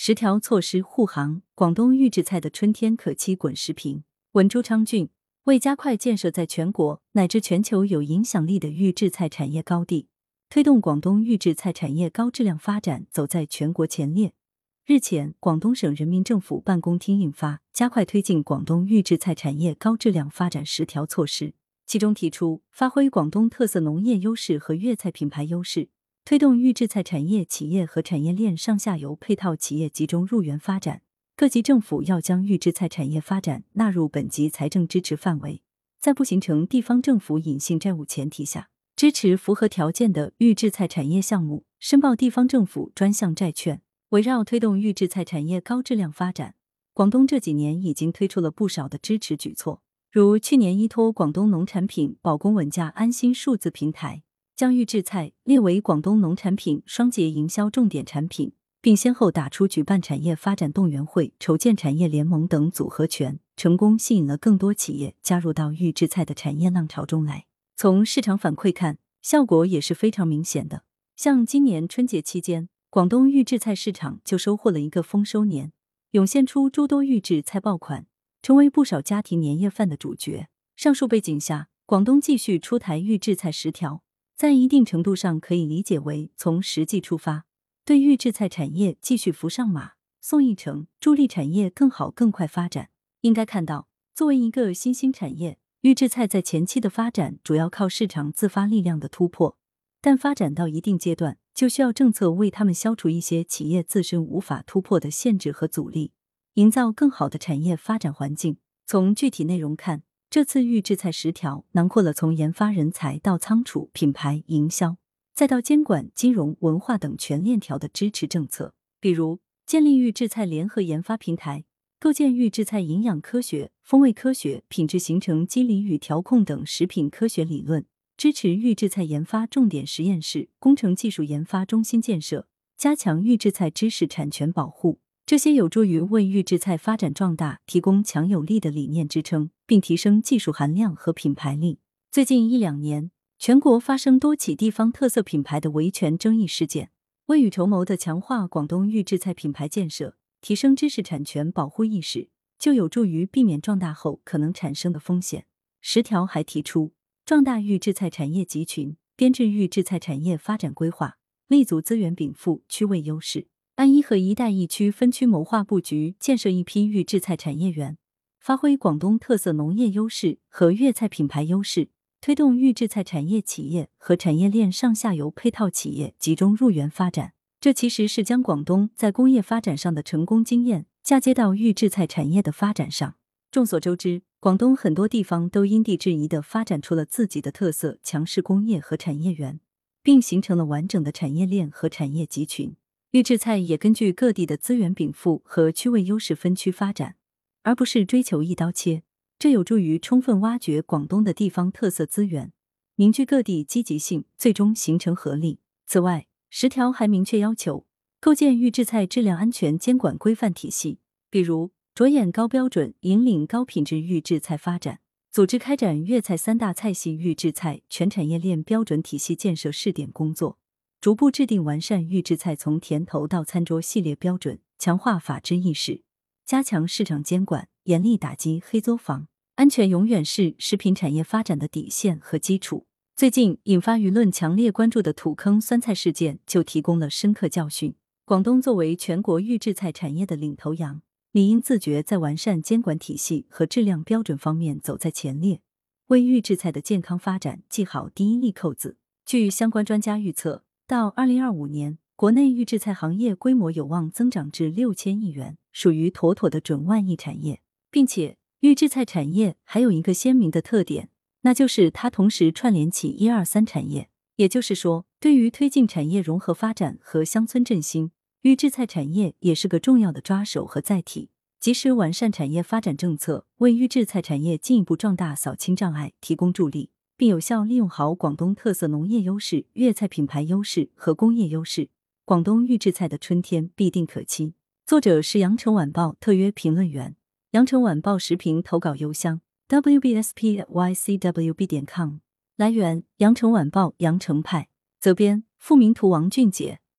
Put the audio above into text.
10条措施护航，广东预制菜的春天可期滚石屏。文朱昌俊，为加快建设在全国乃至全球有影响力的预制菜产业高地，推动广东预制菜产业高质量发展走在全国前列。日前，广东省人民政府办公厅印发《加快推进广东预制菜产业高质量发展10条措施》，其中提出发挥广东特色农业优势和粤菜品牌优势，推动预制菜产业企业和产业链上下游配套企业集中入园发展。各级政府要将预制菜产业发展纳入本级财政支持范围，在不形成地方政府隐性债务前提下，支持符合条件的预制菜产业项目申报地方政府专项债券。围绕推动预制菜产业高质量发展，广东这几年已经推出了不少的支持举措，如去年依托广东农产品保供稳价安心数字平台，将预制菜列为广东农产品双节营销重点产品，并先后打出举办产业发展动员会、筹建产业联盟等组合拳，成功吸引了更多企业加入到预制菜的产业浪潮中来。从市场反馈看，效果也是非常明显的。像今年春节期间，广东预制菜市场就收获了一个丰收年，涌现出诸多预制菜爆款，成为不少家庭年夜饭的主角。上述背景下，广东继续出台预制菜10条，在一定程度上可以理解为从实际出发，对预制菜产业继续扶上马、送一程，助力产业更好更快发展。应该看到，作为一个新兴产业，预制菜在前期的发展主要靠市场自发力量的突破，但发展到一定阶段，就需要政策为他们消除一些企业自身无法突破的限制和阻力，营造更好的产业发展环境。从具体内容看，这次预制菜10条囊括了从研发人才到仓储、品牌、营销，再到监管、金融、文化等全链条的支持政策。比如，建立预制菜联合研发平台，构建预制菜营养科学、风味科学、品质形成机理与调控等食品科学理论，支持预制菜研发重点实验室、工程技术研发中心建设，加强预制菜知识产权保护。这些有助于为预制菜发展壮大提供强有力的理念支撑，并提升技术含量和品牌力。最近1-2年，全国发生多起地方特色品牌的维权争议事件，未雨绸缪地强化广东预制菜品牌建设，提升知识产权保护意识，就有助于避免壮大后可能产生的风险。10条还提出壮大预制菜产业集群，编制预制菜产业发展规划，立足资源禀赋、区位优势，按1和一带一区分区谋划布局，建设一批预制菜产业园，发挥广东特色农业优势和粤菜品牌优势，推动预制菜产业企业和产业链上下游配套企业集中入园发展。这其实是将广东在工业发展上的成功经验嫁接到预制菜产业的发展上。众所周知，广东很多地方都因地制宜地发展出了自己的特色强势工业和产业园，并形成了完整的产业链和产业集群。预制菜也根据各地的资源禀赋和区位优势分区发展，而不是追求一刀切，这有助于充分挖掘广东的地方特色资源，凝聚各地积极性，最终形成合力。此外，10条还明确要求构建预制菜质量安全监管规范体系，比如着眼高标准，引领高品质预制菜发展，组织开展粤菜3大菜系预制菜全产业链标准体系建设试点工作，逐步制定完善预制菜从田头到餐桌系列标准，强化法治意识，加强市场监管，严厉打击黑作坊。安全永远是食品产业发展的底线和基础。最近引发舆论强烈关注的土坑酸菜事件就提供了深刻教训。广东作为全国预制菜产业的领头羊，理应自觉在完善监管体系和质量标准方面走在前列，为预制菜的健康发展系好第一粒扣子。据相关专家预测，到2025年，国内预制菜行业规模有望增长至6000亿元，属于妥妥的准万亿产业。并且预制菜产业还有一个鲜明的特点，那就是它同时串联起1、2、3产业。也就是说，对于推进产业融合发展和乡村振兴，预制菜产业也是个重要的抓手和载体。及时完善产业发展政策，为预制菜产业进一步壮大扫清障碍提供助力，并有效利用好广东特色农业优势、粤菜品牌优势和工业优势，广东预制菜的春天必定可期。作者是羊城晚报特约评论员，羊城晚报时评投稿邮箱 wbsp@ycwb.com。 来源：羊城晚报羊城派，责编：付明图，王俊杰。